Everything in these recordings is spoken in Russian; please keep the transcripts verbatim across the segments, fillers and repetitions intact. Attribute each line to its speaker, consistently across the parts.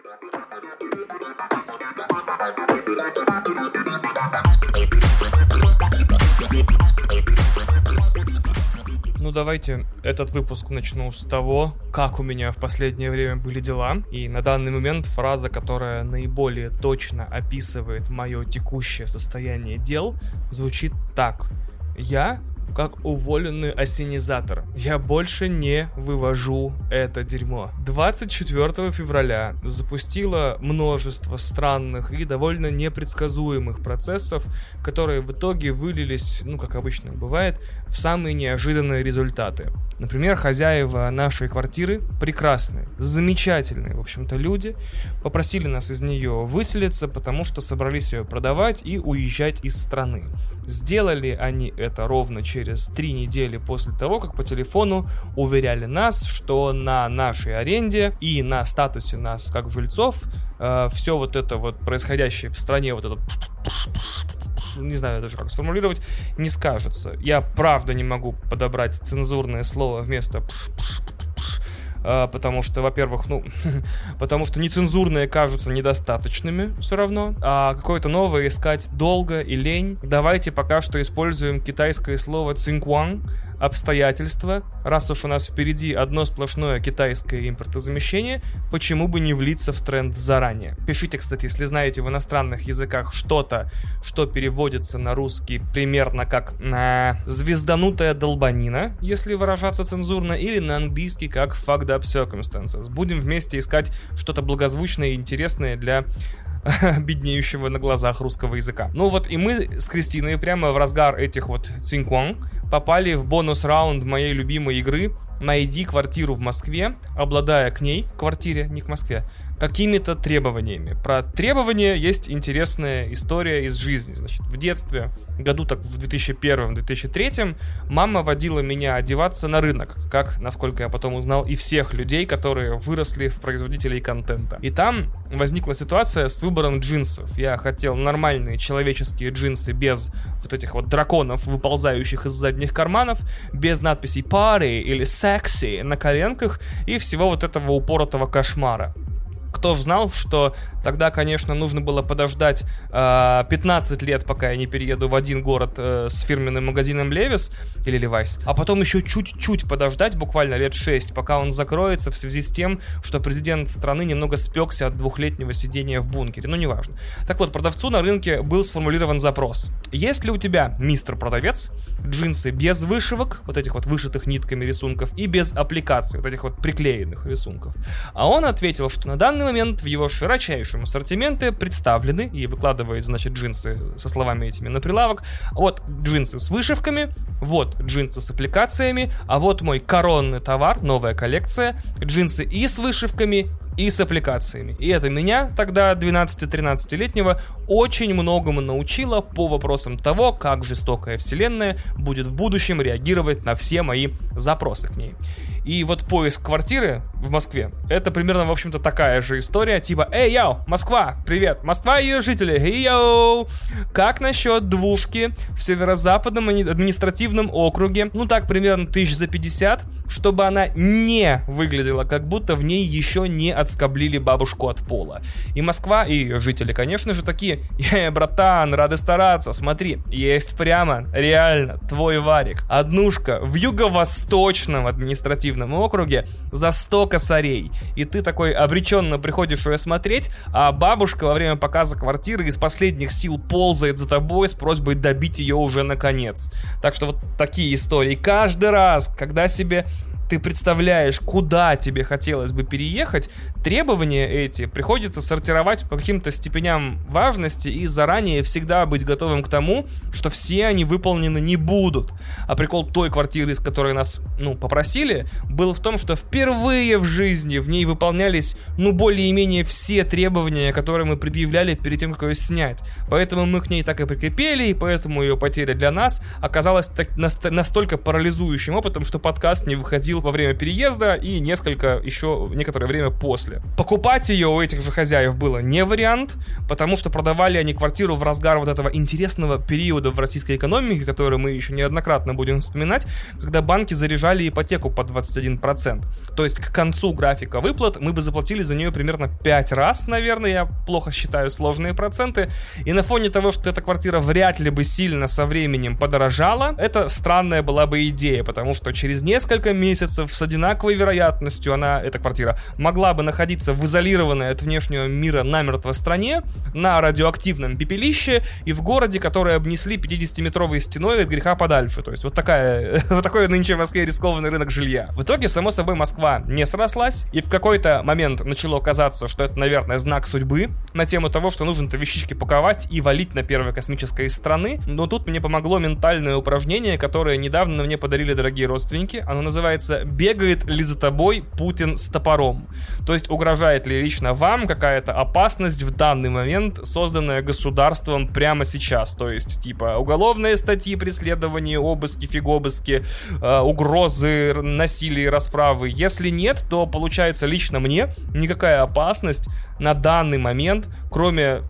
Speaker 1: Ну, давайте этот выпуск начну с того, как у меня в последнее время были дела. И на данный момент фраза, которая наиболее точно описывает мое текущее состояние дел, звучит так. Я как уволенный ассенизатор. Я больше не вывожу это дерьмо. двадцать четвёртого февраля запустила множество странных и довольно непредсказуемых процессов, которые в итоге вылились, ну, как обычно бывает, в самые неожиданные результаты. Например, хозяева нашей квартиры, прекрасные, замечательные, в общем-то, люди, попросили нас из нее выселиться, потому что собрались ее продавать и уезжать из страны. Сделали они это ровно через три недели после того, как по телефону уверяли нас, что на нашей аренде и на статусе нас как жильцов э, все вот это вот происходящее в стране, вот это, не знаю даже как сформулировать, не скажется. Я правда не могу подобрать цензурное слово вместо потому что, во-первых, ну, потому что нецензурные кажутся недостаточными все равно, а какое-то новое искать долго и лень. Давайте пока что используем китайское слово цинкуан, обстоятельства. Раз уж у нас впереди одно сплошное китайское импортозамещение, почему бы не влиться в тренд заранее? Пишите, кстати, если знаете в иностранных языках что-то, что переводится на русский примерно как э, «звезданутая долбанина», если выражаться цензурно, или на английский как «fucked up circumstances». Будем вместе искать что-то благозвучное и интересное для беднеющего на глазах русского языка. Ну вот и мы с Кристиной прямо в разгар этих вот цинкуан попали в бонус-раунд моей любимой игры «Найди квартиру в Москве», обладая к ней, к квартире, не к Москве, какими-то требованиями. Про требования есть интересная история из жизни. Значит, в детстве, году так в две тысячи первом - две тысячи третьем, мама водила меня одеваться на рынок, как, насколько я потом узнал, и всех людей, которые выросли в производителей контента. И там возникла ситуация с выбором джинсов. Я хотел нормальные человеческие джинсы без вот этих вот драконов, выползающих из задних карманов, без надписей «party» или «sexy» на коленках и всего вот этого упоротого кошмара. Кто ж знал, что тогда, конечно, нужно было подождать э, пятнадцать лет, пока я не перееду в один город э, с фирменным магазином Levi's или Levi's, а потом еще чуть-чуть подождать, буквально лет шесть, пока он закроется в связи с тем, что президент страны немного спекся от двухлетнего сидения в бункере, ну неважно. Так вот, продавцу на рынке был сформулирован запрос. Есть ли у тебя, мистер продавец, джинсы без вышивок, вот этих вот вышитых нитками рисунков, и без аппликаций, вот этих вот приклеенных рисунков? А он ответил, что на данный момент в его широчайшем ассортименте представлены, и выкладывает, значит, джинсы со словами этими на прилавок. Вот джинсы с вышивками, вот джинсы с аппликациями, а вот мой коронный товар, новая коллекция, джинсы и с вышивками, и с аппликациями. И это меня, тогда двенадцати-тринадцатилетнего, очень многому научило по вопросам того, как жестокая вселенная будет в будущем реагировать на все мои запросы к ней. И вот поиск квартиры в Москве — это примерно, в общем-то, такая же история, типа «Эй, йоу, Москва, привет, Москва и ее жители, эй, йоу, как насчет двушки в северо-западном административном округе, ну так, примерно тысяч за пятьдесят, чтобы она не выглядела, как будто в ней еще не отскоблили бабушку от пола». И Москва и ее жители, конечно же, такие «Эй, братан, рады стараться, смотри, есть прямо, реально, твой варик, однушка в юго-восточном административном округе за сто косарей». И ты такой обреченно приходишь ее смотреть, а бабушка во время показа квартиры из последних сил ползает за тобой с просьбой добить ее уже наконец. Так что вот такие истории. Каждый раз, когда себе ты представляешь, куда тебе хотелось бы переехать, требования эти приходится сортировать по каким-то степеням важности и заранее всегда быть готовым к тому, что все они выполнены не будут. А прикол той квартиры, из которой нас, ну, попросили, был в том, что впервые в жизни в ней выполнялись, ну, более-менее все требования, которые мы предъявляли перед тем, как ее снять. Поэтому мы к ней так и прикрепили, и поэтому ее потеря для нас оказалась так, настолько парализующим опытом, что подкаст не выходил заплатил во время переезда и несколько еще некоторое время после. Покупать ее у этих же хозяев было не вариант, потому что продавали они квартиру в разгар вот этого интересного периода в российской экономике, который мы еще неоднократно будем вспоминать, когда банки заряжали ипотеку по двадцать один процент. То есть к концу графика выплат мы бы заплатили за нее примерно пять раз, наверное, я плохо считаю сложные проценты, и на фоне того, что эта квартира вряд ли бы сильно со временем подорожала, это странная была бы идея, потому что через несколько месяцев с одинаковой вероятностью она, эта квартира, могла бы находиться в изолированной от внешнего мира намертво стране, на радиоактивном пепелище и в городе, который обнесли пятидесятиметровой стеной от греха подальше. То есть вот, такая, вот такой нынче в Москве рискованный рынок жилья. В итоге, само собой, Москва не срослась, и в какой-то момент начало казаться, что это, наверное, знак судьбы на тему того, что нужно-то вещички паковать и валить на первое космическое из страны. Но тут мне помогло ментальное упражнение, которое недавно мне подарили дорогие родственники. Оно называется «Бегает ли за тобой Путин с топором?». То есть угрожает ли лично вам какая-то опасность в данный момент, созданная государством прямо сейчас. То есть типа уголовные статьи, преследования, обыски, фигобыски, э, угрозы, насилие, расправы. Если нет, то получается лично мне никакая опасность на данный момент, кроме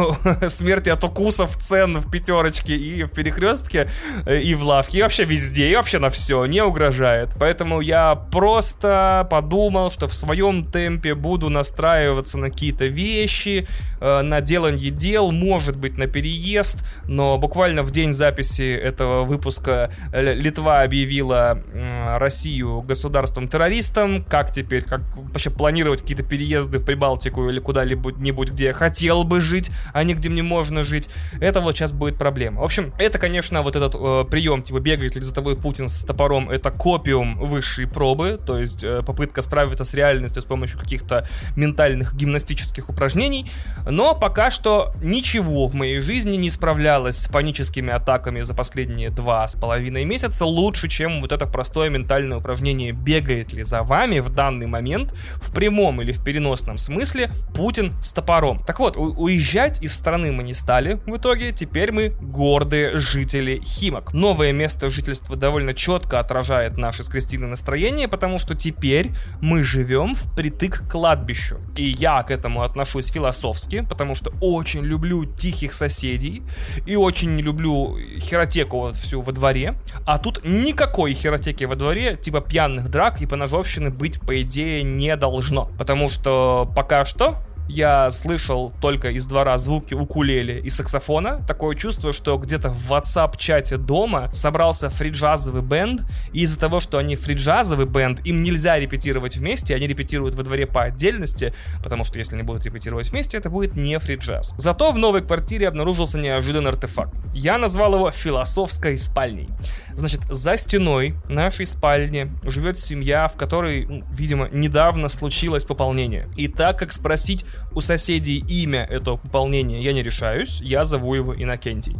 Speaker 1: э, смерти от укусов цен в пятерочке и в перекрестке, э, и в лавке, и вообще везде, и вообще на все, не угрожает. Поэтому я просто подумал, что в своем темпе буду настраиваться на какие-то вещи, э, на деланье дел, может быть, на переезд, но буквально в день записи этого выпуска Литва объявила э, Россию государством-террористом. Как теперь, как вообще планировать какие-то переезды в Прибалтику или куда-нибудь, где я хотел бы жить, а не где мне можно жить, это вот сейчас будет проблема. В общем, это, конечно, вот этот э, прием, типа, бегает ли за тобой Путин с топором, это копиум высшей пробы, то есть э, попытка справиться с реальностью с помощью каких-то ментальных гимнастических упражнений, но пока что ничего в моей жизни не справлялось с паническими атаками за последние два с половиной месяца лучше, чем вот это простое ментальное упражнение «Бегает ли за вами в данный момент в прямом или в переносном смысле Путин с топором?». Так вот, у- уезжать из страны мы не стали в итоге, теперь мы гордые жители Химок. Новое место жительства довольно четко отражает наше с Кристиной настроение, потому что теперь мы живем впритык к кладбищу. И я к этому отношусь философски, потому что очень люблю тихих соседей и очень не люблю херотеку вот всю во дворе. А тут никакой херотеки во дворе, типа пьяных драк и поножовщины быть, по идее, не должно. Потому что пока что я слышал только из двора звуки укулеле и саксофона. Такое чувство, что где-то в WhatsApp-чате дома собрался фриджазовый бенд, и из-за того, что они фриджазовый бенд, им нельзя репетировать вместе, они репетируют во дворе по отдельности, потому что если они будут репетировать вместе, это будет не фриджаз. Зато в новой квартире обнаружился неожиданный артефакт. Я назвал его философской спальней. Значит, за стеной нашей спальни живет семья, в которой, ну, видимо, недавно случилось пополнение. И так как спросить у соседей имя этого пополнения я не решаюсь, я зову его Иннокентий.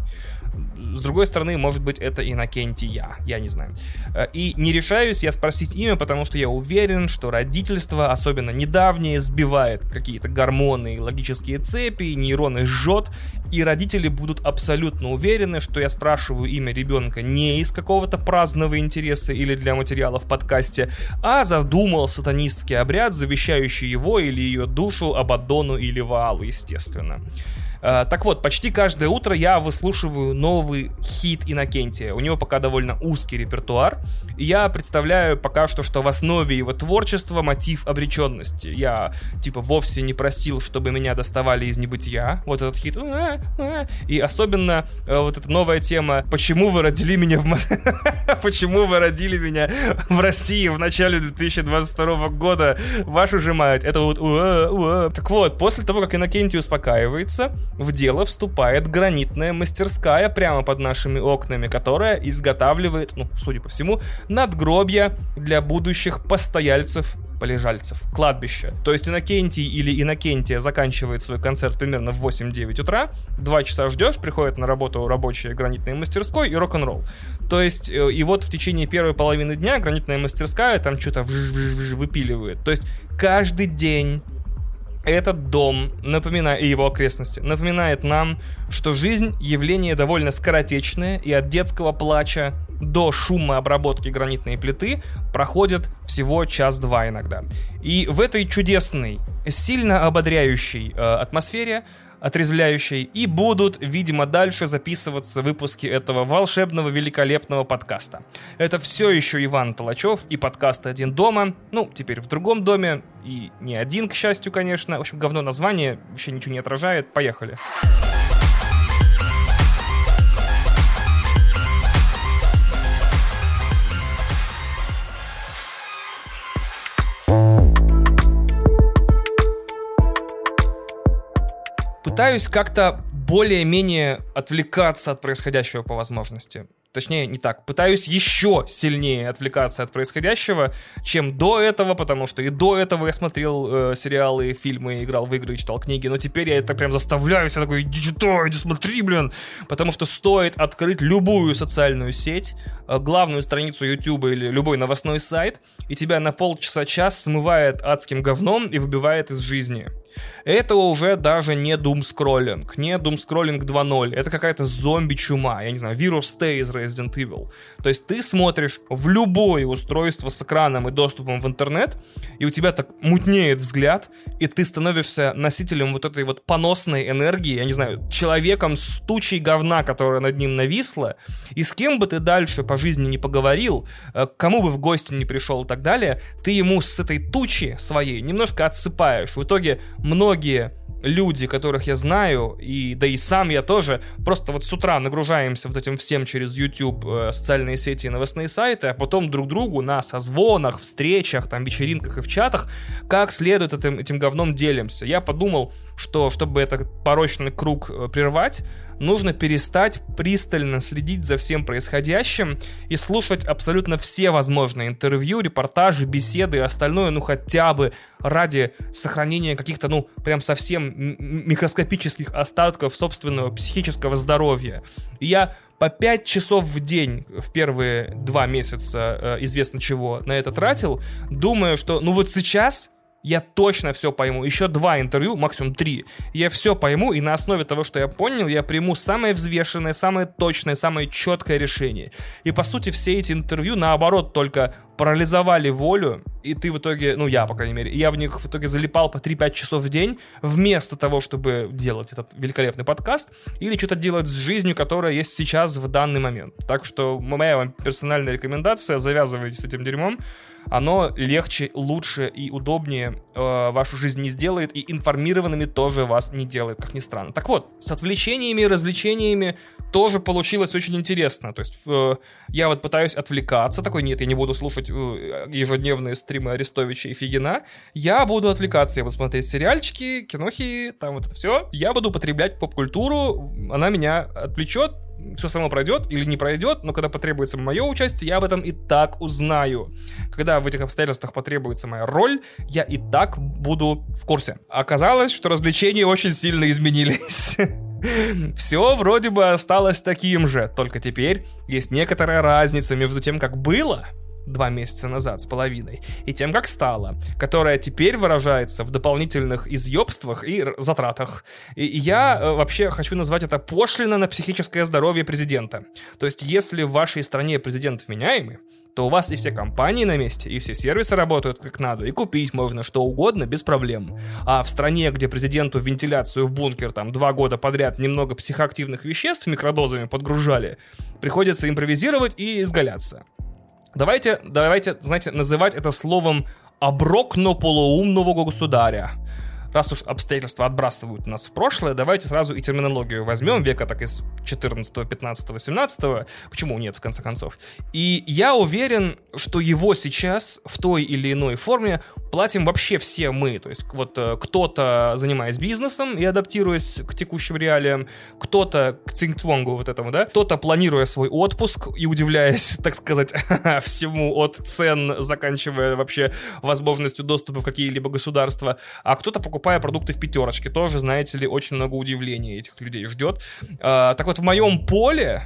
Speaker 1: С другой стороны, может быть, это Иннокентия, я не знаю. И не решаюсь я спросить имя, потому что я уверен, что родительство, особенно недавнее, сбивает какие-то гормоны и логические цепи, и нейроны жжет, и родители будут абсолютно уверены, что я спрашиваю имя ребенка не из какого-то праздного интереса или для материала в подкасте, а задумал сатанистский обряд, завещающий его или ее душу Абаддону или Ваалу, естественно. Uh, так вот, почти каждое утро я выслушиваю новый хит Иннокентия. У него пока довольно узкий репертуар. И я представляю пока что, что в основе его творчества мотив обреченности. Я, типа, вовсе не просил, чтобы меня доставали из небытия. Вот этот хит. И особенно uh, вот эта новая тема «Почему вы родили меня в... Почему вы родили меня в России в начале две тысячи двадцать второго года? Вашу же мать». Это вот... Так вот, после того, как Иннокентий успокаивается, в дело вступает гранитная мастерская прямо под нашими окнами, которая изготавливает, ну, судя по всему, надгробья для будущих постояльцев, полежальцев, кладбища. То есть Иннокентий или Иннокентия заканчивает свой концерт примерно в восемь-девять утра, два часа ждешь, приходит на работу рабочие гранитной мастерской и рок-н-ролл. То есть, и вот в течение первой половины дня гранитная мастерская там что-то выпиливает. То есть каждый день Этот дом, напоминает, и его окрестности, напоминает нам, что жизнь — явление довольно скоротечное, и от детского плача до шума обработки гранитной плиты проходит всего час-два иногда. И в этой чудесной, сильно ободряющей э, атмосфере, отрезвляющей, и будут, видимо, дальше записываться выпуски этого волшебного, великолепного подкаста. Это все еще Иван Толачев и подкаст «Один дома». Ну, теперь в другом доме, и не один, к счастью, конечно. В общем, говно название, вообще ничего не отражает. Поехали. Пытаюсь как-то более-менее отвлекаться от происходящего по возможности. Точнее, не так. Пытаюсь еще сильнее отвлекаться от происходящего, чем до этого, потому что и до этого я смотрел э, сериалы, фильмы, играл в игры и читал книги, но теперь я это прям заставляю себя такой: иди читай, иди смотри, блин. Потому что стоит открыть любую социальную сеть, э, главную страницу YouTube или любой новостной сайт, и тебя на полчаса-час смывает адским говном и выбивает из жизни. Это уже даже не думскроллинг, не думскроллинг два ноль, это какая-то зомби-чума, я не знаю, вирус Т из Resident Evil. То есть ты смотришь в любое устройство с экраном и доступом в интернет, и у тебя так мутнеет взгляд, и ты становишься носителем вот этой вот поносной энергии, я не знаю, человеком с тучей говна, которая над ним нависла, и с кем бы ты дальше по жизни не поговорил, к кому бы в гости не пришел и так далее, ты ему с этой тучи своей немножко отсыпаешь. В итоге многие люди, которых я знаю, и да и сам я тоже, просто вот с утра нагружаемся вот этим всем через YouTube, э, социальные сети и новостные сайты, а потом друг другу на созвонах, встречах, там, вечеринках и в чатах как следует этим, этим говном делимся. Я подумал, что чтобы этот порочный круг э, прервать, нужно перестать пристально следить за всем происходящим и слушать абсолютно все возможные интервью, репортажи, беседы и остальное, ну хотя бы ради сохранения каких-то, ну, прям совсем микроскопических остатков собственного психического здоровья. И я по пять часов в день в первые два месяца э, известно чего на это тратил, думая, что ну вот сейчас я точно все пойму. Еще два интервью, максимум три. Я все пойму, и на основе того, что я понял, я приму самое взвешенное, самое точное, самое четкое решение. И, по сути, все эти интервью, наоборот, только парализовали волю, и ты в итоге, ну, я, по крайней мере, я в них в итоге залипал по три-пять часов в день, вместо того, чтобы делать этот великолепный подкаст, или что-то делать с жизнью, которая есть сейчас в данный момент. Так что моя вам персональная рекомендация: завязывайте с этим дерьмом. Оно легче, лучше и удобнее э, вашу жизнь не сделает, и информированными тоже вас не делает, как ни странно. Так вот, с отвлечениями и развлечениями тоже получилось очень интересно. То есть э, я вот пытаюсь отвлекаться, такой: нет, я не буду слушать э, ежедневные стримы Арестовича и Фигина, я буду отвлекаться, я буду смотреть сериальчики, кинохи, там вот это все. Я буду потреблять поп-культуру, она меня отвлечет, все само пройдет или не пройдет, но когда потребуется мое участие, я об этом и так узнаю. Когда в этих обстоятельствах потребуется моя роль, я и так буду в курсе. Оказалось, что развлечения очень сильно изменились. Все вроде бы осталось таким же, только теперь есть некоторая разница между тем, как было два месяца назад с половиной, и тем, как стало, которая теперь выражается в дополнительных изъебствах и затратах. И я э, вообще хочу назвать это пошлина на психическое здоровье президента. То есть, если в вашей стране президент вменяемый, то у вас и все компании на месте, и все сервисы работают как надо, и купить можно что угодно без проблем. А в стране, где президенту вентиляцию в бункер там два года подряд немного психоактивных веществ микродозами подгружали, приходится импровизировать и изгаляться. Давайте, давайте, знаете, называть это словом «оброкно полуумного государя». Раз уж обстоятельства отбрасывают нас в прошлое, давайте сразу и терминологию возьмем, века так из четырнадцатого, пятнадцатого, семнадцатого. Почему нет, в конце концов? И я уверен, что его сейчас в той или иной форме платим вообще все мы. То есть вот э, кто-то, занимаясь бизнесом и адаптируясь к текущим реалиям, кто-то к цингцвонгу вот этому, да, кто-то, планируя свой отпуск и удивляясь, так сказать, всему от цен, заканчивая вообще возможностью доступа в какие-либо государства, а кто-то, покупая продукты в пятерочке, тоже, знаете ли, очень много удивлений этих людей ждет. А, так вот, в моем поле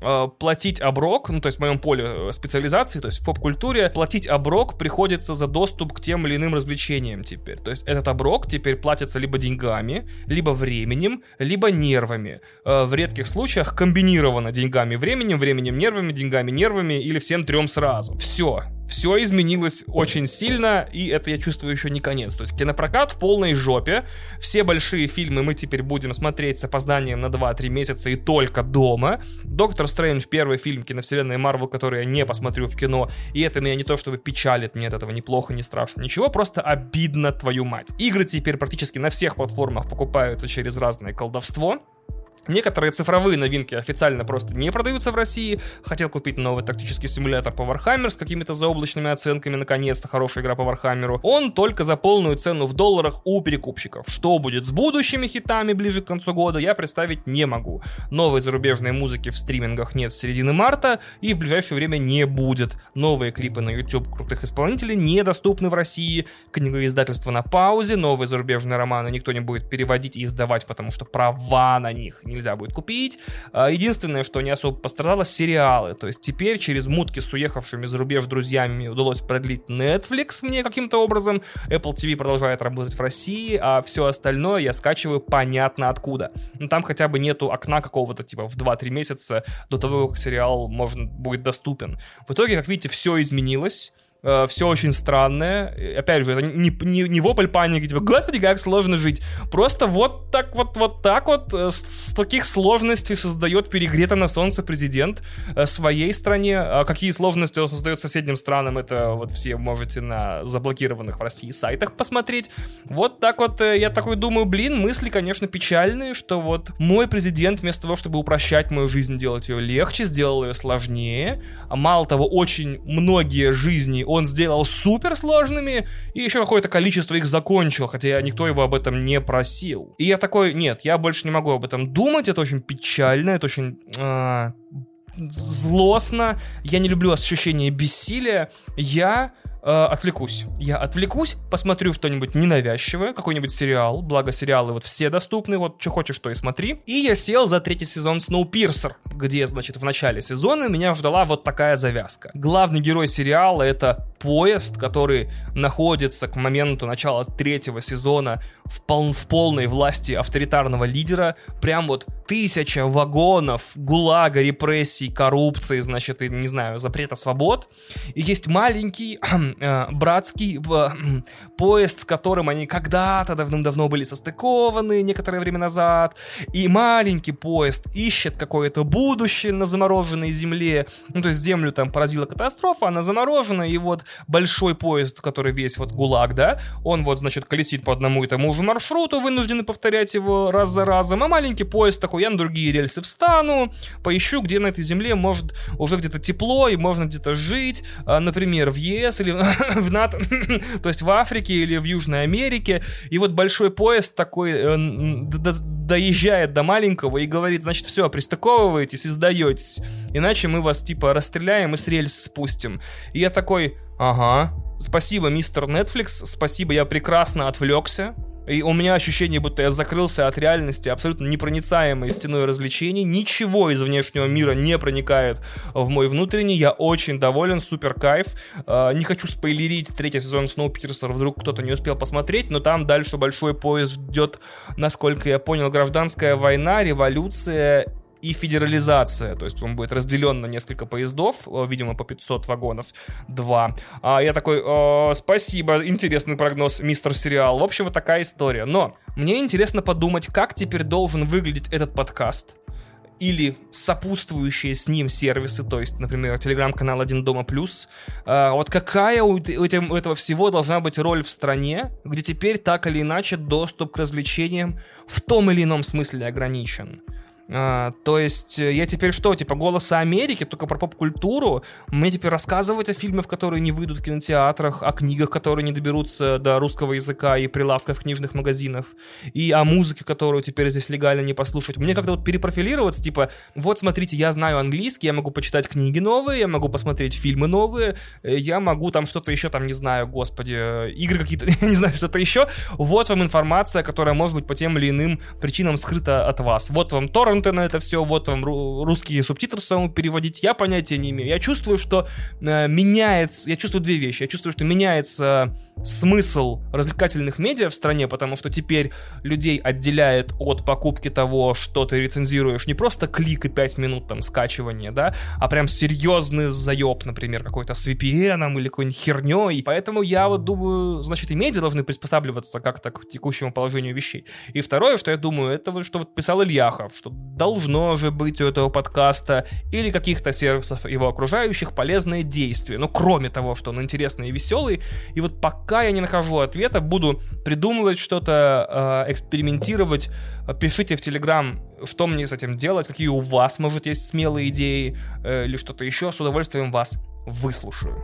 Speaker 1: э, платить оброк, ну, то есть в моем поле специализации, то есть в поп-культуре, платить оброк приходится за доступ к тем или иным развлечениям теперь. То есть этот оброк теперь платится либо деньгами, либо временем, либо нервами. Э, в редких случаях комбинировано деньгами, временем, временем, нервами, деньгами, нервами или всем трем сразу. Все. Все изменилось очень сильно, и это, я чувствую, еще не конец. То есть кинопрокат в полной жопе. Все большие фильмы мы теперь будем смотреть с опозданием на два-три месяца и только дома. Доктор Стрэндж — первый фильм киновселенной Марвел, который я не посмотрю в кино, и это меня не то чтобы печалит, мне от этого ни плохо, ни страшно, ничего, просто обидно, твою мать. Игры теперь практически на всех платформах покупаются через разное колдовство. Некоторые цифровые новинки официально просто не продаются в России. Хотел купить новый тактический симулятор по Warhammer с какими-то заоблачными оценками, наконец-то, хорошая игра по Warhammer. Он только за полную цену в долларах у перекупщиков. Что будет с будущими хитами ближе к концу года, я представить не могу. Новой зарубежной музыки в стримингах нет с середины марта и в ближайшее время не будет. Новые клипы на YouTube крутых исполнителей недоступны в России. Книгоиздательство на паузе, новые зарубежные романы никто не будет переводить и издавать, потому что права на них нельзя будет купить. Единственное, что не особо пострадало, сериалы. То есть теперь через мутки с уехавшими за рубеж друзьями удалось продлить Netflix мне каким-то образом. Apple ти ви продолжает работать в России, а все остальное я скачиваю понятно откуда. Но там хотя бы нету окна какого-то типа в два-три месяца до того, как сериал может, будет доступен. В итоге, как видите, все изменилось. Все очень странное. Опять же, это не, не, не вопль паники, типа, господи, как сложно жить. Просто вот так вот, вот так вот, с, с таких сложностей создает перегретый на солнце президент своей стране. А какие сложности он создает соседним странам, это вот все можете на заблокированных в России сайтах посмотреть. Вот так вот, я такой думаю, блин, мысли, конечно, печальные, что вот мой президент вместо того, чтобы упрощать мою жизнь, делать ее легче, сделал ее сложнее. А мало того, очень многие жизни он сделал суперсложными, и еще какое-то количество их закончил, хотя никто его об этом не просил. И я такой, нет, я больше не могу об этом думать, это очень печально, это очень э, злостно, я не люблю ощущение бессилия, я э, отвлекусь. Я отвлекусь, посмотрю что-нибудь ненавязчивое, какой-нибудь сериал, благо сериалы вот все доступны, вот что хочешь, то и смотри. И я сел за третий сезон Snowpiercer, где, значит, в начале сезона меня ждала вот такая завязка. Главный герой сериала — это поезд, который находится к моменту начала третьего сезона в, пол- в полной власти авторитарного лидера. Прям вот тысяча вагонов гулага, репрессий, коррупции, значит, и, не знаю, запрета свобод. И есть маленький э, братский э, поезд, с которым они когда-то давным-давно были состыкованы, некоторое время назад. И маленький поезд ищет какое-то будущее на замороженной земле. Ну, то есть землю там поразила катастрофа, она заморожена, и вот большой поезд, который весь вот ГУЛАГ, да, он вот, значит, колесит по одному и тому же маршруту, вынуждены повторять его раз за разом, а маленький поезд такой, я на другие рельсы встану, поищу, где на этой земле может уже где-то тепло и можно где-то жить, например, в ЕС или в НАТО, то есть в Африке или в Южной Америке, и вот большой поезд такой э, доезжает до маленького и говорит, значит, все, пристыковываетесь и сдаетесь, иначе мы вас, типа, расстреляем и с рельс спустим. И я такой, ага, спасибо, мистер Netflix, спасибо, я прекрасно отвлекся. И у меня ощущение, будто я закрылся от реальности, абсолютно непроницаемой стеной развлечений. Ничего из внешнего мира не проникает в мой внутренний. Я очень доволен, супер кайф. э, Не хочу спойлерить третий сезон Snowpiercer, вдруг кто-то не успел посмотреть. Но там дальше большой поезд ждет, насколько я понял, гражданская война, революция и федерализация, то есть он будет разделен на несколько поездов, видимо, по пятьсот вагонов, два. А я такой, спасибо, интересный прогноз, мистер сериал. В общем, вот такая история. Но мне интересно подумать, как теперь должен выглядеть этот подкаст или сопутствующие с ним сервисы, то есть, например, телеграм-канал «Один дома плюс». А, вот какая у, этим, у этого всего должна быть роль в стране, где теперь так или иначе доступ к развлечениям в том или ином смысле ограничен. А, то есть я теперь что, типа «Голоса Америки», только про поп-культуру? Мне теперь рассказывать о фильмах, которые не выйдут в кинотеатрах, о книгах, которые не доберутся до русского языка и прилавков в книжных магазинах, и о музыке, которую теперь здесь легально не послушать. Мне как-то вот перепрофилироваться, типа, вот смотрите, я знаю английский, я могу почитать книги новые, я могу посмотреть фильмы новые, я могу там что-то еще, там, не знаю, господи, игры какие-то, я не знаю, что-то еще. Вот вам информация, которая может быть по тем или иным причинам скрыта от вас. Вот вам торрент торренты на это все, вот вам русские субтитры самому переводить, я понятия не имею. Я чувствую, что э, меняется, я чувствую две вещи. Я чувствую, что меняется смысл развлекательных медиа в стране, потому что теперь людей отделяет от покупки того, что ты рецензируешь, не просто клик и пять минут там скачивания, да, а прям серьезный заеб, например, какой-то с ви пи эн или какой-нибудь херней. Поэтому я вот думаю, значит, и медиа должны приспосабливаться как-то к текущему положению вещей. И второе, что я думаю, это вот, что вот писал Ильяхов, что должно же быть у этого подкаста или каких-то сервисов его окружающих полезные действия. Ну, кроме того, что он интересный и веселый. И вот пока я не нахожу ответа, буду придумывать что-то, э, экспериментировать. Пишите в Телеграм, что мне с этим делать, какие у вас, может, есть смелые идеи э, или что-то еще. С удовольствием вас выслушаю.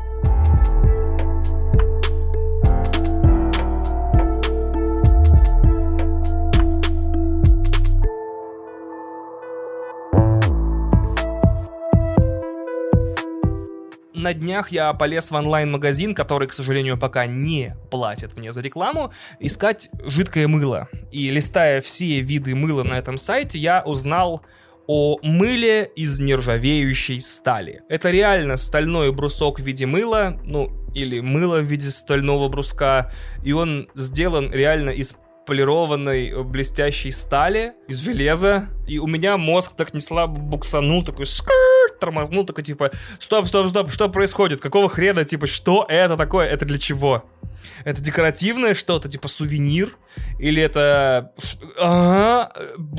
Speaker 1: На днях я полез в онлайн-магазин, который, к сожалению, пока не платит мне за рекламу, искать жидкое мыло. И листая все виды мыла на этом сайте, я узнал о мыле из нержавеющей стали. Это реально стальной брусок в виде мыла, ну, или мыло в виде стального бруска, и он сделан реально из полированной блестящей стали, из железа, и у меня мозг так неслабо буксанул, такой скрррр, тормознул, такой типа, стоп, стоп, стоп, что происходит, какого хрена, типа, что это такое, это для чего? Это декоративное что-то, типа сувенир, или это... Ага...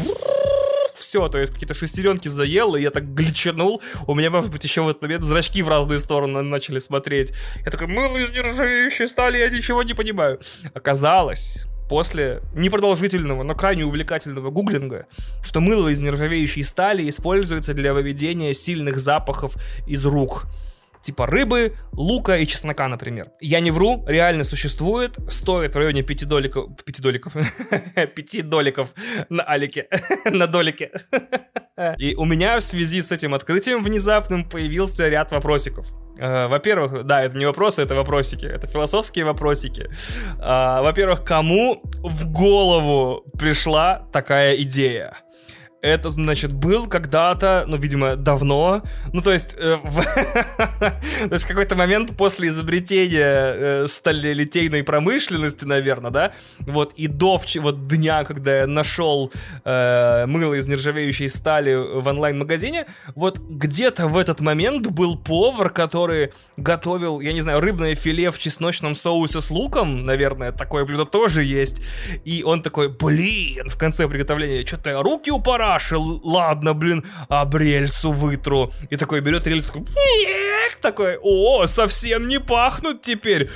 Speaker 1: Все, то есть какие-то шестеренки заел, и я так гличанул. У меня, может быть, еще в этот момент зрачки в разные стороны начали смотреть. Я такой, мыло из нержавеющей стали, я ничего не понимаю. Оказалось, после непродолжительного, но крайне увлекательного гуглинга, что мыло из нержавеющей стали используется для выведения сильных запахов из рук. Типа рыбы, лука и чеснока, например. Я не вру, реально существует, стоит в районе пяти доликов, пяти доликов, пяти доликов на алике, на долике. И у меня в связи с этим открытием внезапным появился ряд вопросиков. Во-первых, да, это не вопросы, это вопросики, это философские вопросики. Во-первых, кому в голову пришла такая идея? Это, значит, был когда-то, ну, видимо, давно, ну, то есть, э, в, то есть в какой-то момент после изобретения э, сталелитейной промышленности, наверное, да, вот, и до вот дня, когда я нашел э, мыло из нержавеющей стали в онлайн-магазине, вот где-то в этот момент был повар, который готовил, я не знаю, рыбное филе в чесночном соусе с луком, наверное, такое блюдо тоже есть, и он такой, блин, в конце приготовления, что-то руки упора, ладно, блин, об рельсу вытру. И такой берет рельсу, такой, такой, о, совсем не пахнут теперь.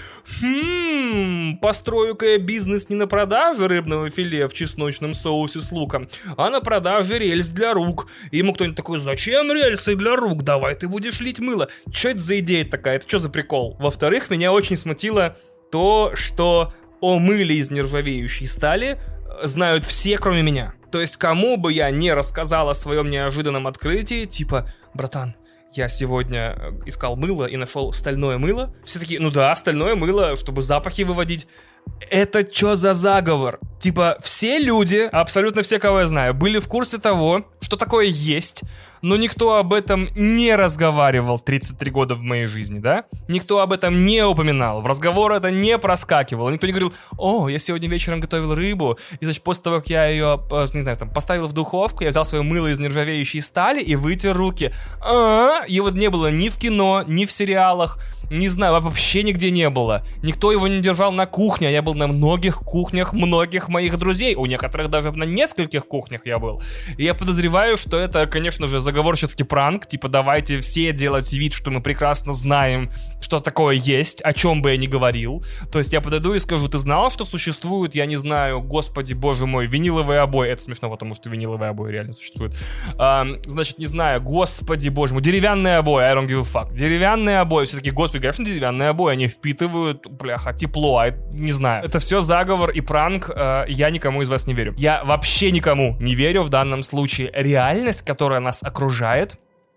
Speaker 1: Хм, построю-ка я бизнес не на продаже рыбного филе в чесночном соусе с луком, а на продаже рельс для рук. И ему кто-нибудь такой, зачем рельсы для рук? Давай ты будешь лить мыло. Что это за идея такая? Это что за прикол? Во-вторых, меня очень смутило то, что о мыле из нержавеющей стали знают все, кроме меня. То есть кому бы я не рассказал о своем неожиданном открытии, типа, братан, я сегодня искал мыло и нашел стальное мыло. Все такие, ну да, стальное мыло, чтобы запахи выводить. Это что за заговор? Типа, все люди, абсолютно все, кого я знаю, были в курсе того, что такое есть, но никто об этом не разговаривал тридцать три года в моей жизни, да? Никто об этом не упоминал, в разговор это не проскакивало, никто не говорил, о, я сегодня вечером готовил рыбу, и, значит, после того, как я ее, не знаю, там, поставил в духовку, я взял свое мыло из нержавеющей стали и вытер руки. А-а-а! Его не было ни в кино, ни в сериалах, не знаю, вообще нигде не было. Никто его не держал на кухне, а я был на многих кухнях многих моих друзей, у некоторых даже на нескольких кухнях я был. И я подозреваю, что это, конечно же, заговорщицкий пранк, типа давайте все делать вид, что мы прекрасно знаем, что такое есть, о чем бы я ни говорил. То есть я подойду и скажу, ты знал, что существует, я не знаю, господи, боже мой, виниловые обои. Это смешно, потому что виниловые обои реально существуют. А, значит, не знаю, господи, боже мой, деревянные обои, I don't give a fuck. Деревянные обои, все-таки, господи, конечно, деревянные обои, они впитывают, бляха, тепло, а не знаю. Это все заговор и пранк, а, я никому из вас не верю. Я вообще никому не верю в данном случае. Реальность, которая нас окружает,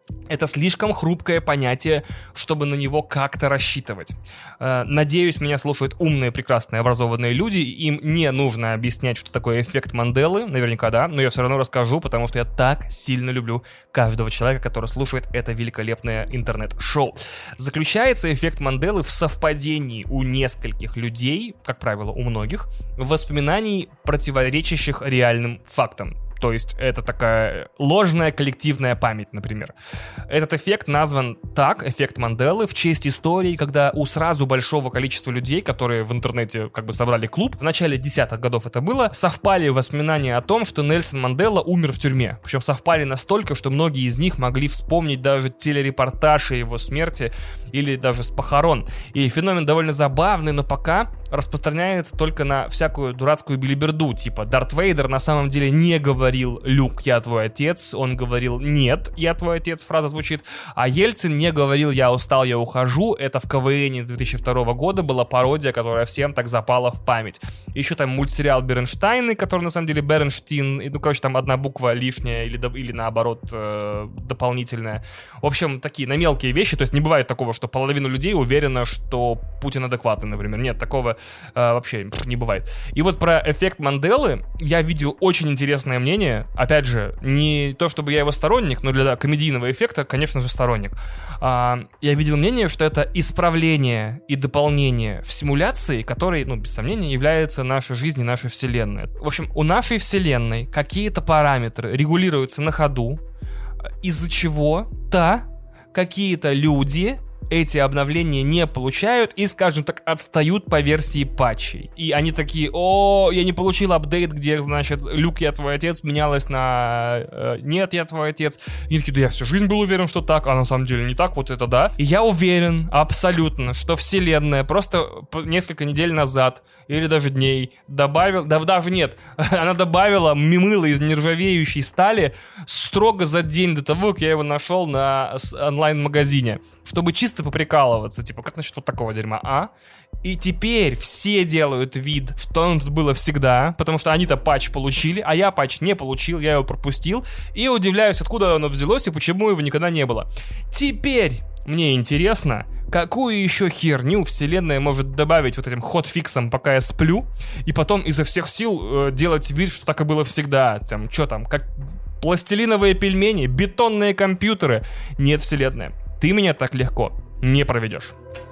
Speaker 1: Это слишком хрупкое понятие, чтобы на него как-то рассчитывать. Надеюсь, меня слушают умные, прекрасные, образованные люди, им не нужно объяснять, что такое эффект Манделы, наверняка да, но я все равно расскажу, потому что я так сильно люблю каждого человека, который слушает это великолепное интернет-шоу. Заключается эффект Манделы в совпадении у нескольких людей, как правило, у многих, воспоминаний, противоречащих реальным фактам. То есть это такая ложная коллективная память, например. Этот эффект назван так, эффект Манделы, в честь истории, когда у сразу большого количества людей, которые в интернете как бы собрали клуб, в начале десятых годов это было, совпали воспоминания о том, что Нельсон Мандела умер в тюрьме. Причем совпали настолько, что многие из них могли вспомнить даже телерепортаж о его смерти или даже с похорон. И феномен довольно забавный, но пока распространяется только на всякую дурацкую билиберду, типа Дарт Вейдер на самом деле не говорил «Люк, я твой отец», он говорил «Нет, я твой отец», фраза звучит, а Ельцин не говорил «Я устал, я ухожу», это в КВНе две тысячи второго года была пародия, которая всем так запала в память. Еще там мультсериал «Бернштейны», который на самом деле Бернштейн, ну, короче, там одна буква лишняя или, или наоборот э, дополнительная. В общем, такие на мелкие вещи, то есть не бывает такого, что половина людей уверена, что Путин адекватный, например. Нет, такого э, вообще не бывает. И вот про эффект Манделы я видел очень интересное мнение. Опять же, не то чтобы я его сторонник, но для да, комедийного эффекта, конечно же, сторонник. А, я видел мнение, что это исправление и дополнение в симуляции, которой, ну, без сомнения, является наша жизнь и наша вселенная. В общем, у нашей вселенной какие-то параметры регулируются на ходу, из-за чего-то какие-то люди эти обновления не получают и, скажем так, отстают по версии патчей. И они такие: о, я не получил апдейт, где, значит, Люк, я твой отец, менялось на э, нет, я твой отец. И такие: да я всю жизнь был уверен, что так, а на самом деле не так, вот это да. И я уверен абсолютно, что вселенная просто несколько недель назад или даже дней добавила, да даже нет, она добавила мыло из нержавеющей стали строго за день до того, как я его нашел на онлайн-магазине, чтобы чисто поприкалываться, типа, как насчет вот такого дерьма, а? И теперь все делают вид, что оно тут было всегда, потому что они-то патч получили, а я патч не получил, я его пропустил, и удивляюсь, откуда оно взялось и почему его никогда не было. Теперь мне интересно, какую еще херню вселенная может добавить вот этим хотфиксом, пока я сплю, и потом изо всех сил э, делать вид, что так и было всегда. Там, что там, как пластилиновые пельмени, бетонные компьютеры. Нет, вселенная, ты меня так легко не проведешь.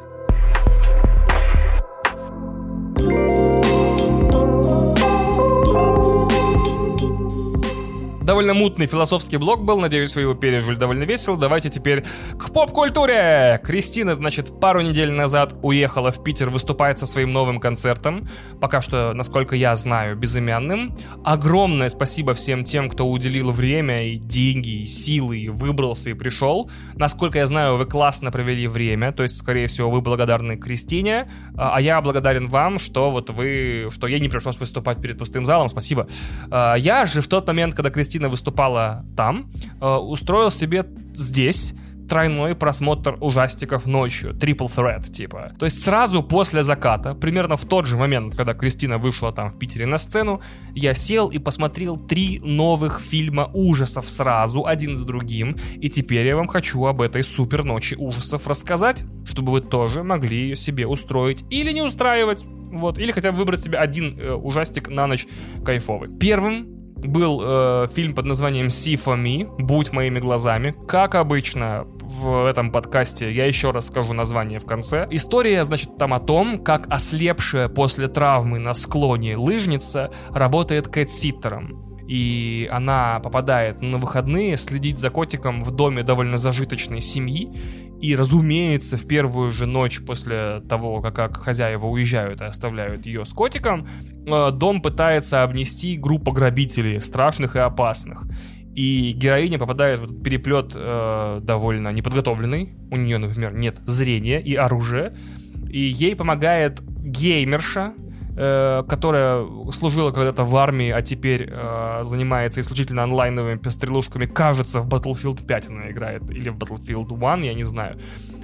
Speaker 1: Довольно мутный философский блог был, надеюсь, вы его пережили довольно весело. Давайте теперь к поп-культуре. Кристина, значит, пару недель назад уехала в Питер выступать со своим новым концертом. Пока что, насколько я знаю, безымянным. Огромное спасибо всем тем, кто уделил время и деньги, и силы, и выбрался, и пришел. Насколько я знаю, вы классно провели время, то есть, скорее всего, вы благодарны Кристине, а я благодарен вам, что вот вы, что ей не пришлось выступать перед пустым залом. Спасибо. Я же в тот момент, когда Кристина выступала там, э, устроил себе здесь тройной просмотр ужастиков ночью, triple threat, типа. То есть сразу после заката, примерно в тот же момент, когда Кристина вышла там в Питере на сцену, я сел и посмотрел три новых фильма ужасов сразу, один за другим, и теперь я вам хочу об этой супер ночи ужасов рассказать, чтобы вы тоже могли ее себе устроить или не устраивать, вот, или хотя бы выбрать себе один э, ужастик на ночь кайфовый. Первым был э, фильм под названием See For Me, «Будь моими глазами». Как обычно в этом подкасте, я еще раз скажу название в конце. История, значит, там о том, как ослепшая после травмы на склоне лыжница работает кэт-ситтером. И она попадает на выходные следить за котиком в доме довольно зажиточной семьи. И, разумеется, в первую же ночь после того, как, как хозяева уезжают и оставляют ее с котиком, э, дом пытается обнести группа грабителей, страшных и опасных. И героиня попадает в этот переплет э, довольно неподготовленный. У нее, например, нет зрения и оружия. И ей помогает геймерша, которая служила когда-то в армии, а теперь э, занимается исключительно онлайновыми пострелушками. Кажется, в Battlefield пять она играет, или в Battlefield один, я не знаю.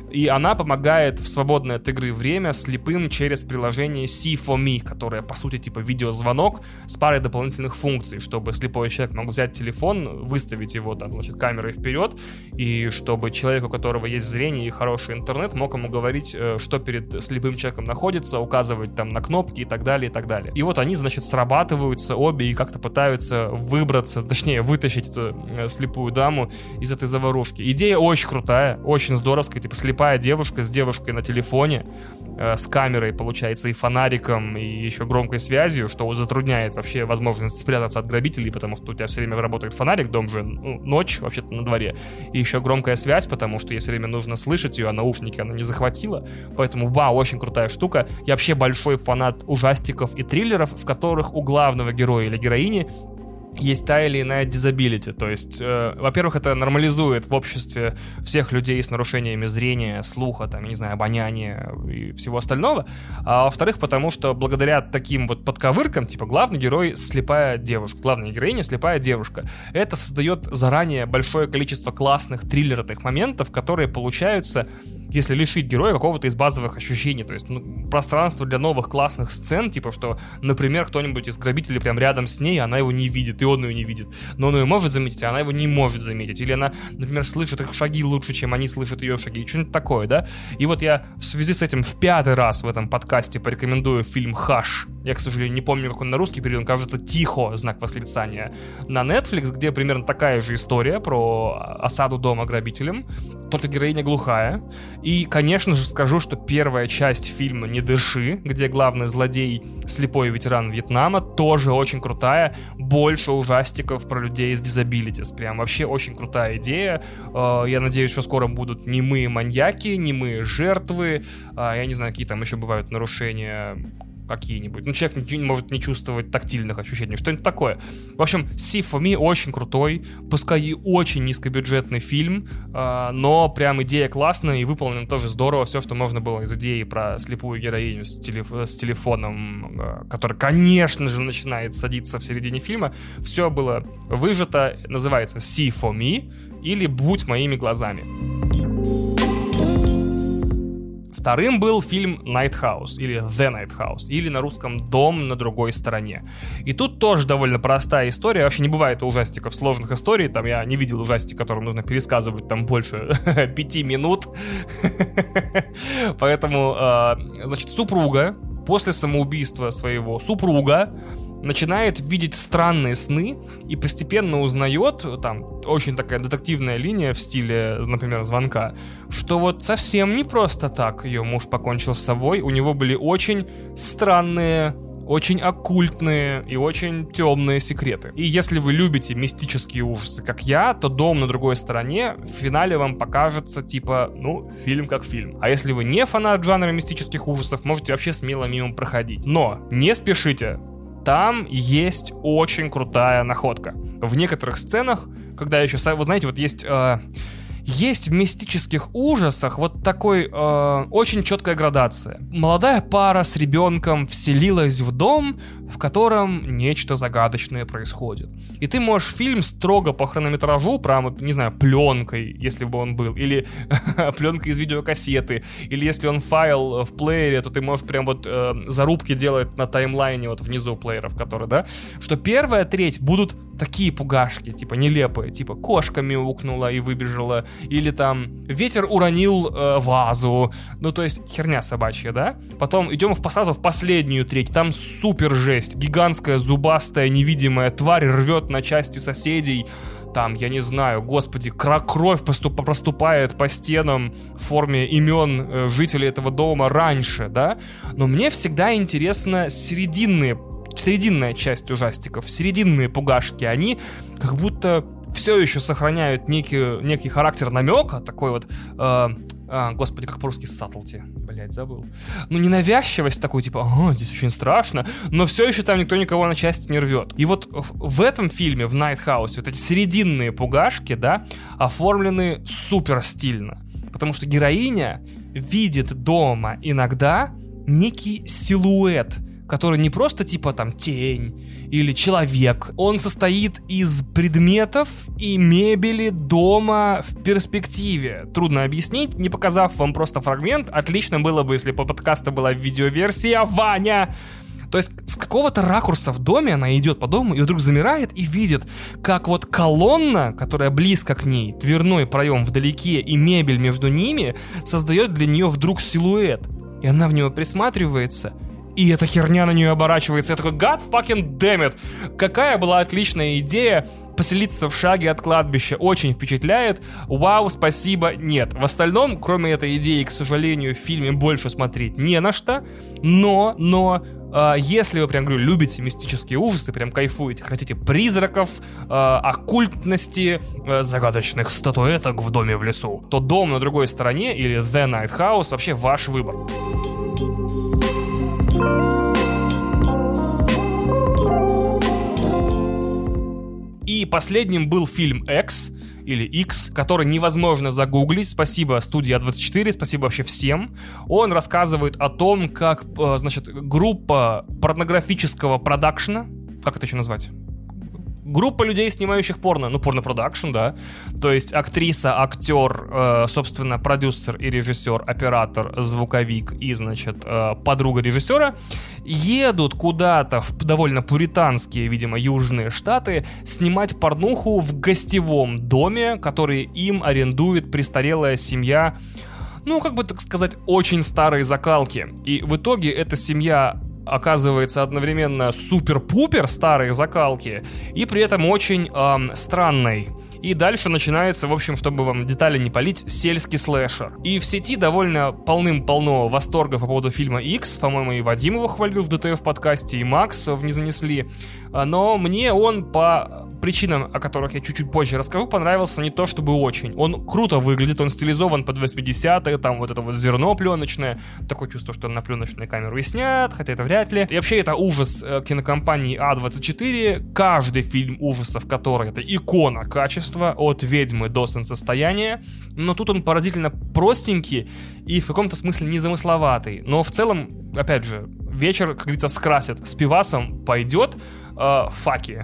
Speaker 1: и она помогает в свободное от игры время слепым через приложение си фор ми, которое, по сути, типа видеозвонок с парой дополнительных функций, чтобы слепой человек мог взять телефон, выставить его там, значит, камерой вперед, и чтобы человек, у которого есть зрение и хороший интернет, мог ему говорить, что перед слепым человеком находится, указывать там на кнопки и так далее, и так далее. И вот они, значит, срабатываются обе и как-то пытаются выбраться, точнее, вытащить эту слепую даму из этой заварушки. Идея очень крутая, очень здоровская, типа слепая девушка с девушкой на телефоне, э, с камерой, получается, и фонариком, и еще громкой связью, что затрудняет вообще возможность спрятаться от грабителей, потому что у тебя все время работает фонарик, дом же, ну, ночь вообще-то на дворе, и еще громкая связь, потому что ей все время нужно слышать ее, а наушники она не захватила, поэтому, вау, очень крутая штука. Я вообще большой фанат ужастиков и триллеров, в которых у главного героя или героини есть та или иная disability, то есть, э, во-первых, это нормализует в обществе всех людей с нарушениями зрения, слуха, там, я не знаю, обоняния и всего остального, а во-вторых, потому что благодаря таким вот подковыркам, типа, главный герой слепая девушка, главная героиня слепая девушка, это создает заранее большое количество классных триллерных моментов, которые получаются, если лишить героя какого-то из базовых ощущений, то есть, ну, пространство для новых классных сцен, типа, что, например, кто-нибудь из грабителей прям рядом с ней, она его не видит, и он ее не видит, но он ее может заметить, а она его не может заметить, или она, например, слышит их шаги лучше, чем они слышат ее шаги, что-нибудь такое, да, и вот я в связи с этим в пятый раз в этом подкасте порекомендую фильм «Хаш», я, к сожалению, не помню, как он на русский переведен, кажется, «Тихо», знак восклицания, на Netflix, где примерно такая же история про осаду дома грабителем, только героиня глухая. И, конечно же, скажу, что первая часть фильма «Не дыши», где главный злодей слепой ветеран Вьетнама, тоже очень крутая, больше ужастиков про людей с disabilities, прям вообще очень крутая идея. Я надеюсь, что скоро будут немые маньяки, немые жертвы, я не знаю, какие там еще бывают нарушения какие-нибудь. Ну, человек не, может не чувствовать тактильных ощущений, что-нибудь такое. В общем, си фор ми очень крутой, пускай и очень низкобюджетный фильм, э, но прям идея классная и выполнена тоже здорово. Все, что можно было из идеи про слепую героиню с, телеф- с телефоном, э, который, конечно же, начинает садиться в середине фильма, все было выжато. Называется си фор ми или «Будь моими глазами». Вторым был фильм Night House, или The Night House, или на русском «Дом на другой стороне». И тут тоже довольно простая история. Вообще не бывает у ужастиков сложных историй. Там я не видел ужастик, которым нужно пересказывать там больше пяти минут. Поэтому, значит, супруга после самоубийства своего супруга начинает видеть странные сны и постепенно узнает, там очень такая детективная линия в стиле, например, «Звонка», что вот совсем не просто так ее муж покончил с собой, у него были очень странные, очень оккультные и очень темные секреты. И если вы любите мистические ужасы, как я, то «Дом на другой стороне» в финале вам покажется типа, ну, фильм как фильм. А если вы не фанат жанра мистических ужасов, можете вообще смело мимо проходить. Но не спешите. Там есть очень крутая находка. В некоторых сценах, когда еще... Вы знаете, вот есть... Э, есть в мистических ужасах вот такой э, очень четкая градация. Молодая пара с ребенком вселилась в дом, в котором нечто загадочное происходит. И ты можешь фильм строго по хронометражу, прямо, не знаю, пленкой, если бы он был, или пленкой из видеокассеты, или если он файл в плеере, то ты можешь прям вот э, зарубки делать на таймлайне вот внизу плееров, которые, да, что первая треть будут такие пугашки, типа нелепые, типа кошка мяукнула и выбежала, или там ветер уронил э, вазу, ну то есть херня собачья, да? Потом идем в, сразу в последнюю треть, там супер жесть, гигантская зубастая невидимая тварь рвет на части соседей, там, я не знаю, господи, кровь поступ- проступает по стенам в форме имен э, жителей этого дома раньше, да? Но мне всегда интересно серединные Серединная часть ужастиков, серединные пугашки, они как будто все еще сохраняют некий, некий характер намека, такой вот, э, э, господи, как по-русски subtlety, блять, забыл. Ну, ненавязчивость такой, типа, ага, здесь очень страшно, но все еще там никто никого на части не рвет. И вот в, в этом фильме, в Night House, вот эти серединные пугашки, да, оформлены супер стильно, потому что героиня видит дома иногда некий силуэт, который не просто типа там тень или человек. Он состоит из предметов и мебели дома в перспективе. Трудно объяснить, не показав вам просто фрагмент. Отлично было бы, если по подкасту была видеоверсия. Ваня! То есть с какого-то ракурса в доме она идет по дому и вдруг замирает и видит, как вот колонна, которая близко к ней, дверной проем вдалеке и мебель между ними, создает для нее вдруг силуэт. И она в него присматривается, и эта херня на нее оборачивается. Я такой, God fucking damn it! Какая была отличная идея поселиться в шаге от кладбища. Очень впечатляет. Вау, спасибо, нет. В остальном, кроме этой идеи, к сожалению, в фильме больше смотреть не на что. Но, но... Uh, если вы, прям говорю, любите мистические ужасы, прям кайфуете, хотите призраков, uh, оккультности, uh, загадочных статуэток в доме в лесу, то «Дом на другой стороне» или «The Night House» вообще ваш выбор. И последним был фильм «X», или X, который невозможно загуглить. Спасибо студии а двадцать четыре, спасибо вообще всем. Он рассказывает о том, как, значит, группа порнографического продакшена, как это еще назвать? Группа людей, снимающих порно, ну, порно-продакшн, да. То есть актриса, актер, э, собственно, продюсер и режиссер, оператор, звуковик и, значит, э, подруга режиссера едут куда-то в довольно пуританские, видимо, южные штаты снимать порнуху в гостевом доме, который им арендует престарелая семья, ну, как бы так сказать, очень старой закалки. И в итоге эта семья оказывается одновременно супер-пупер старой закалки и при этом очень эм, странной. И дальше начинается, в общем, чтобы вам детали не палить, сельский слэшер. И в сети довольно полным-полно восторга по поводу фильма X. По-моему, и Вадим его хвалил в ДТФ подкасте, и Макс в «Не занесли». Но мне он по причинам, о которых я чуть-чуть позже расскажу, понравился не то чтобы очень. Он круто выглядит, он стилизован под восьмидесятые, там вот это вот зерно пленочное. Такое чувство, что на пленочную камеру и снят, хотя это вряд ли. И вообще это ужас кинокомпании а двадцать четыре. Каждый фильм ужасов, который это икона качества, от «Ведьмы» до «Солнцестояния». Но тут он поразительно простенький и в каком-то смысле незамысловатый. Но в целом, опять же, вечер, как говорится, скрасит. С пивасом пойдет. Э, факи.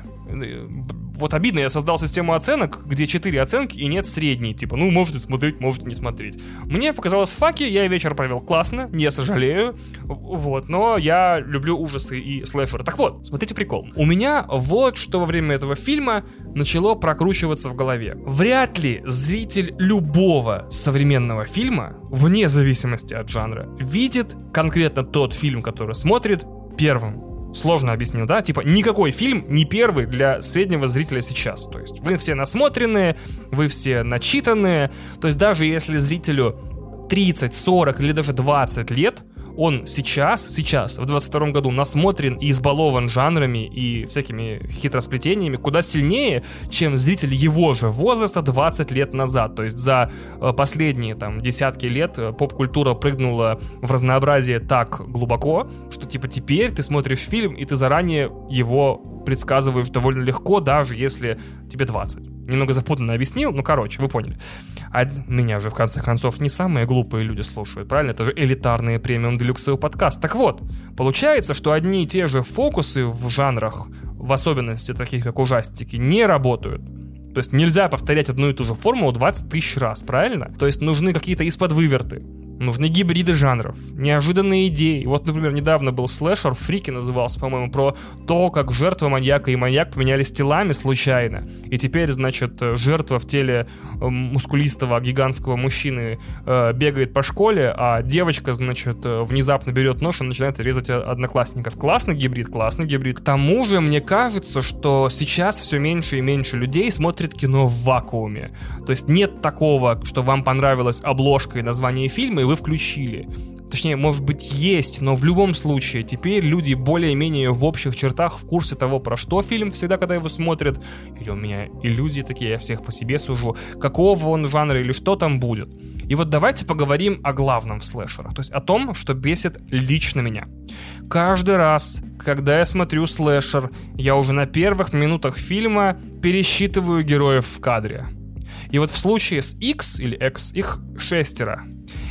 Speaker 1: Вот обидно, я создал систему оценок, где четыре оценки и нет средней. Типа, ну, можете смотреть, можете не смотреть. Мне показалось факи, я вечер провел классно, не сожалею. Вот, но я люблю ужасы и слэшеры. Так вот, смотрите прикол. У меня вот что во время этого фильма начало прокручиваться в голове. Вряд ли зритель любого современного фильма, вне зависимости от жанра, видит конкретно тот фильм, который смотрит, первым. Сложно объяснил, да? Типа, никакой фильм не первый для среднего зрителя сейчас. То есть вы все насмотренные, вы все начитанные. То есть даже если зрителю тридцать, сорок или даже двадцать лет, он сейчас, сейчас, в двадцать втором году насмотрен и избалован жанрами и всякими хитросплетениями куда сильнее, чем зритель его же возраста двадцать лет назад. То есть за последние там десятки лет поп-культура прыгнула в разнообразие так глубоко, что типа теперь ты смотришь фильм и ты заранее его предсказываешь довольно легко, даже если тебе двадцать. Немного запутанно объяснил, ну короче, вы поняли. А меня же в конце концов не самые глупые люди слушают, правильно? Это же элитарный премиум делюксовый подкаст. Так вот, получается, что одни и те же фокусы в жанрах, в особенности таких как ужастики, не работают. То есть нельзя повторять одну и ту же формулу двадцать тысяч раз, правильно? То есть нужны какие-то из-под-выверты. Нужны гибриды жанров, неожиданные идеи. Вот, например, недавно был слэшер, «Фрики» назывался, по-моему, про то, как жертва маньяка и маньяк поменялись телами случайно. И теперь, значит, жертва в теле мускулистого гигантского мужчины э, бегает по школе, а девочка, значит, внезапно берет нож и начинает резать одноклассников. Классный гибрид, классный гибрид. К тому же, мне кажется, что сейчас все меньше и меньше людей смотрят кино в вакууме. То есть нет такого, что вам понравилась обложка и название фильма, и вы включили. Точнее, может быть, есть, но в любом случае теперь люди более-менее в общих чертах в курсе того, про что фильм всегда, когда его смотрят. Или у меня иллюзии такие, я всех по себе сужу. Какого он жанра или что там будет. И вот давайте поговорим о главном в слэшерах. То есть о том, что бесит лично меня. Каждый раз, когда я смотрю слэшер, я уже на первых минутах фильма пересчитываю героев в кадре. И вот в случае с X или X их шестеро.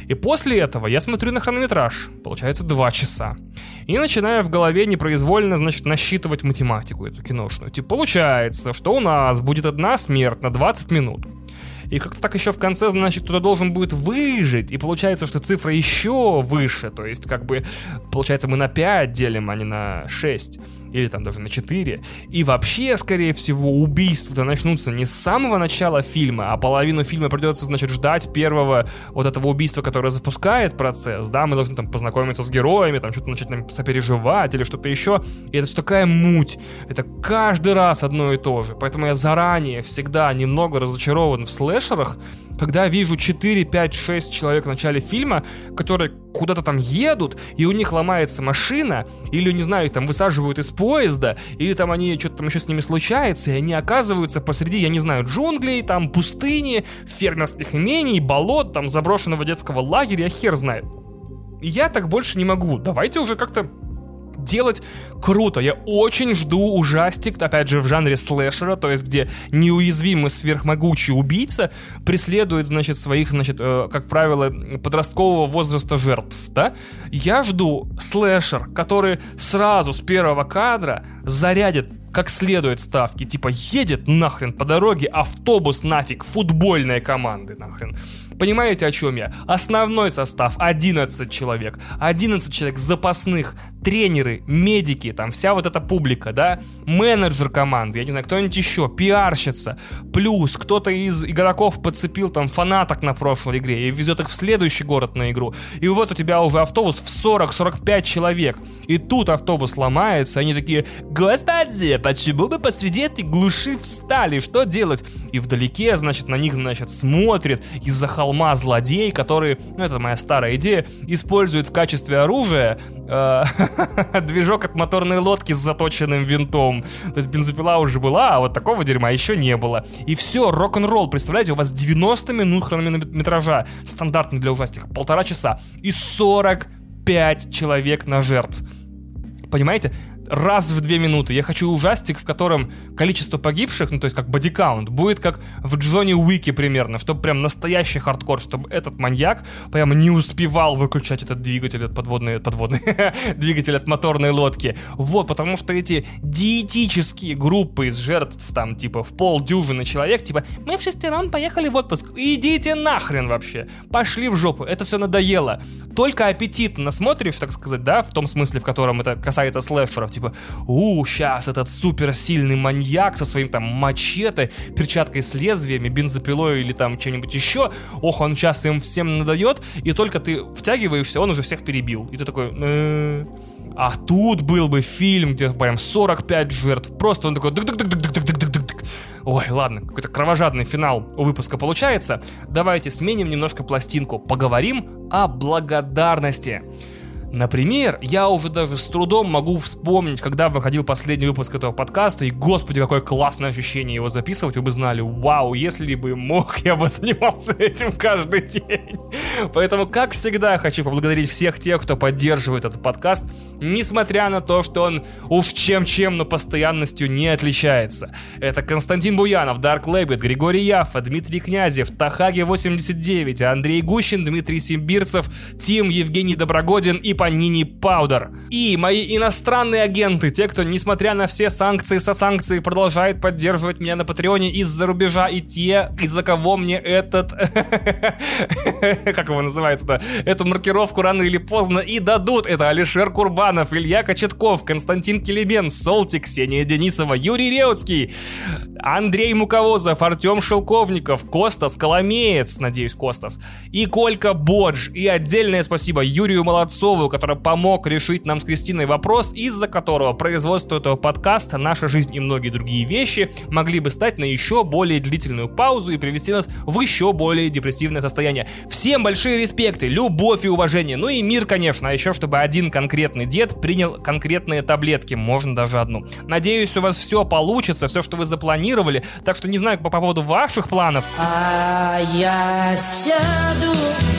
Speaker 1: И после этого я смотрю на хронометраж, получается два часа. И начинаю в голове непроизвольно, значит, насчитывать математику эту киношную. Типа, получается, что у нас будет одна смерть на двадцать минут. И как-то так еще в конце, значит, кто-то должен будет выжить. И получается, что цифра еще выше. То есть, как бы, получается, мы на пять делим, а не на шесть. Или там даже на четыре. И вообще, скорее всего, убийства начнутся не с самого начала фильма, а половину фильма придется, значит, ждать первого вот этого убийства, которое запускает процесс. Да, мы должны там познакомиться с героями, там что-то начать там, сопереживать или что-то еще. И это все такая муть. Это каждый раз одно и то же. Поэтому я заранее всегда немного разочарован в слэшерах, когда вижу четыре, пять, шесть человек в начале фильма, которые куда-то там едут, и у них ломается машина, или, не знаю, их там высаживают из поезда, или там они, что-то там еще с ними случается, и они оказываются посреди, я не знаю, джунглей, там пустыни, фермерских имений, болот, там заброшенного детского лагеря, хер знает. И я так больше не могу. Давайте уже как-то делать круто. Я очень жду ужастик, опять же, в жанре слэшера, то есть где неуязвимый сверхмогучий убийца преследует, значит, своих, значит, э, как правило, подросткового возраста жертв, да? Я жду слэшер, который сразу с первого кадра зарядит как следует ставки, типа едет нахрен по дороге автобус нафиг футбольной команды нахрен. Понимаете, о чем я? Основной состав одиннадцать человек, одиннадцать человек запасных, тренеры, медики, там вся вот эта публика, да, менеджер команды, я не знаю, кто-нибудь еще, пиарщица, плюс кто-то из игроков подцепил там фанаток на прошлой игре и везет их в следующий город на игру, и вот у тебя уже автобус в сорок-сорок пять человек, и тут автобус ломается, и они такие: господи, почему бы посреди этой глуши встали, что делать? И вдалеке, значит, на них, значит, смотрит из-за холма злодей, который, ну это моя старая идея, использует в качестве оружия э, движок от моторной лодки с заточенным винтом. То есть бензопила уже была, а вот такого дерьма еще не было. И все, рок-н-ролл, представляете, у вас девяносто минут хронометража, стандартный для ужастиков, полтора часа, и сорок пять человек на жертв. Понимаете? Раз в две минуты. Я хочу ужастик, в котором количество погибших, ну то есть как бодикаунт, будет как в Джонни Уике примерно, чтобы прям настоящий хардкор, чтобы этот маньяк прямо не успевал выключать этот двигатель от подводной, подводной двигатель от моторной лодки. Вот, потому что эти диетические группы из жертв, там типа в полдюжины человек, типа мы в шестером поехали в отпуск. Идите нахрен вообще. Пошли в жопу. Это все надоело. Только аппетитно смотришь, так сказать, да, в том смысле, в котором это касается слэшеров. Типа, у, сейчас этот суперсильный маньяк со своим там мачете, перчаткой с лезвиями, бензопилой или там чем-нибудь еще. Ох, он сейчас им всем надает, и только ты втягиваешься, он уже всех перебил. И ты такой... Э-э-э. А тут был бы фильм, где прям сорок пять жертв. Просто он такой... Ой, ладно, какой-то кровожадный финал у выпуска получается. Давайте сменим немножко пластинку. Поговорим о благодарности. Например, я уже даже с трудом могу вспомнить, когда выходил последний выпуск этого подкаста, и, господи, какое классное ощущение его записывать, вы бы знали, вау, если бы мог, я бы занимался этим каждый день. Поэтому, как всегда, хочу поблагодарить всех тех, кто поддерживает этот подкаст, несмотря на то, что он уж чем-чем, но постоянностью не отличается. Это Константин Буянов, Dark Labit, Григорий Яффа, Дмитрий Князев, Тахаги восемьдесят девять, Андрей Гущин, Дмитрий Симбирцев, Тим, Евгений Доброгодин и Панини Паудер. И мои иностранные агенты, те, кто, несмотря на все санкции со санкции, продолжает поддерживать меня на Патреоне из-за рубежа, и те, из-за кого мне этот... как его называется-то? Эту маркировку рано или поздно и дадут. Это Алишер Курбанов, Илья Кочетков, Константин Келебен, Солтик, Ксения Денисова, Юрий Реутский, Андрей Муковозов, Артем Шелковников, Костас Коломеец, надеюсь, Костас, и Колька Бодж. И отдельное спасибо Юрию Молодцову, который помог решить нам с Кристиной вопрос, из-за которого производство этого подкаста, наша жизнь и многие другие вещи могли бы стать на еще более длительную паузу и привести нас в еще более депрессивное состояние. Всем большие респекты, любовь и уважение, ну и мир, конечно, а еще чтобы один конкретный дед принял конкретные таблетки, можно даже одну. Надеюсь, у вас все получится, все, что вы запланировали, так что не знаю по поводу ваших планов.
Speaker 2: А я сяду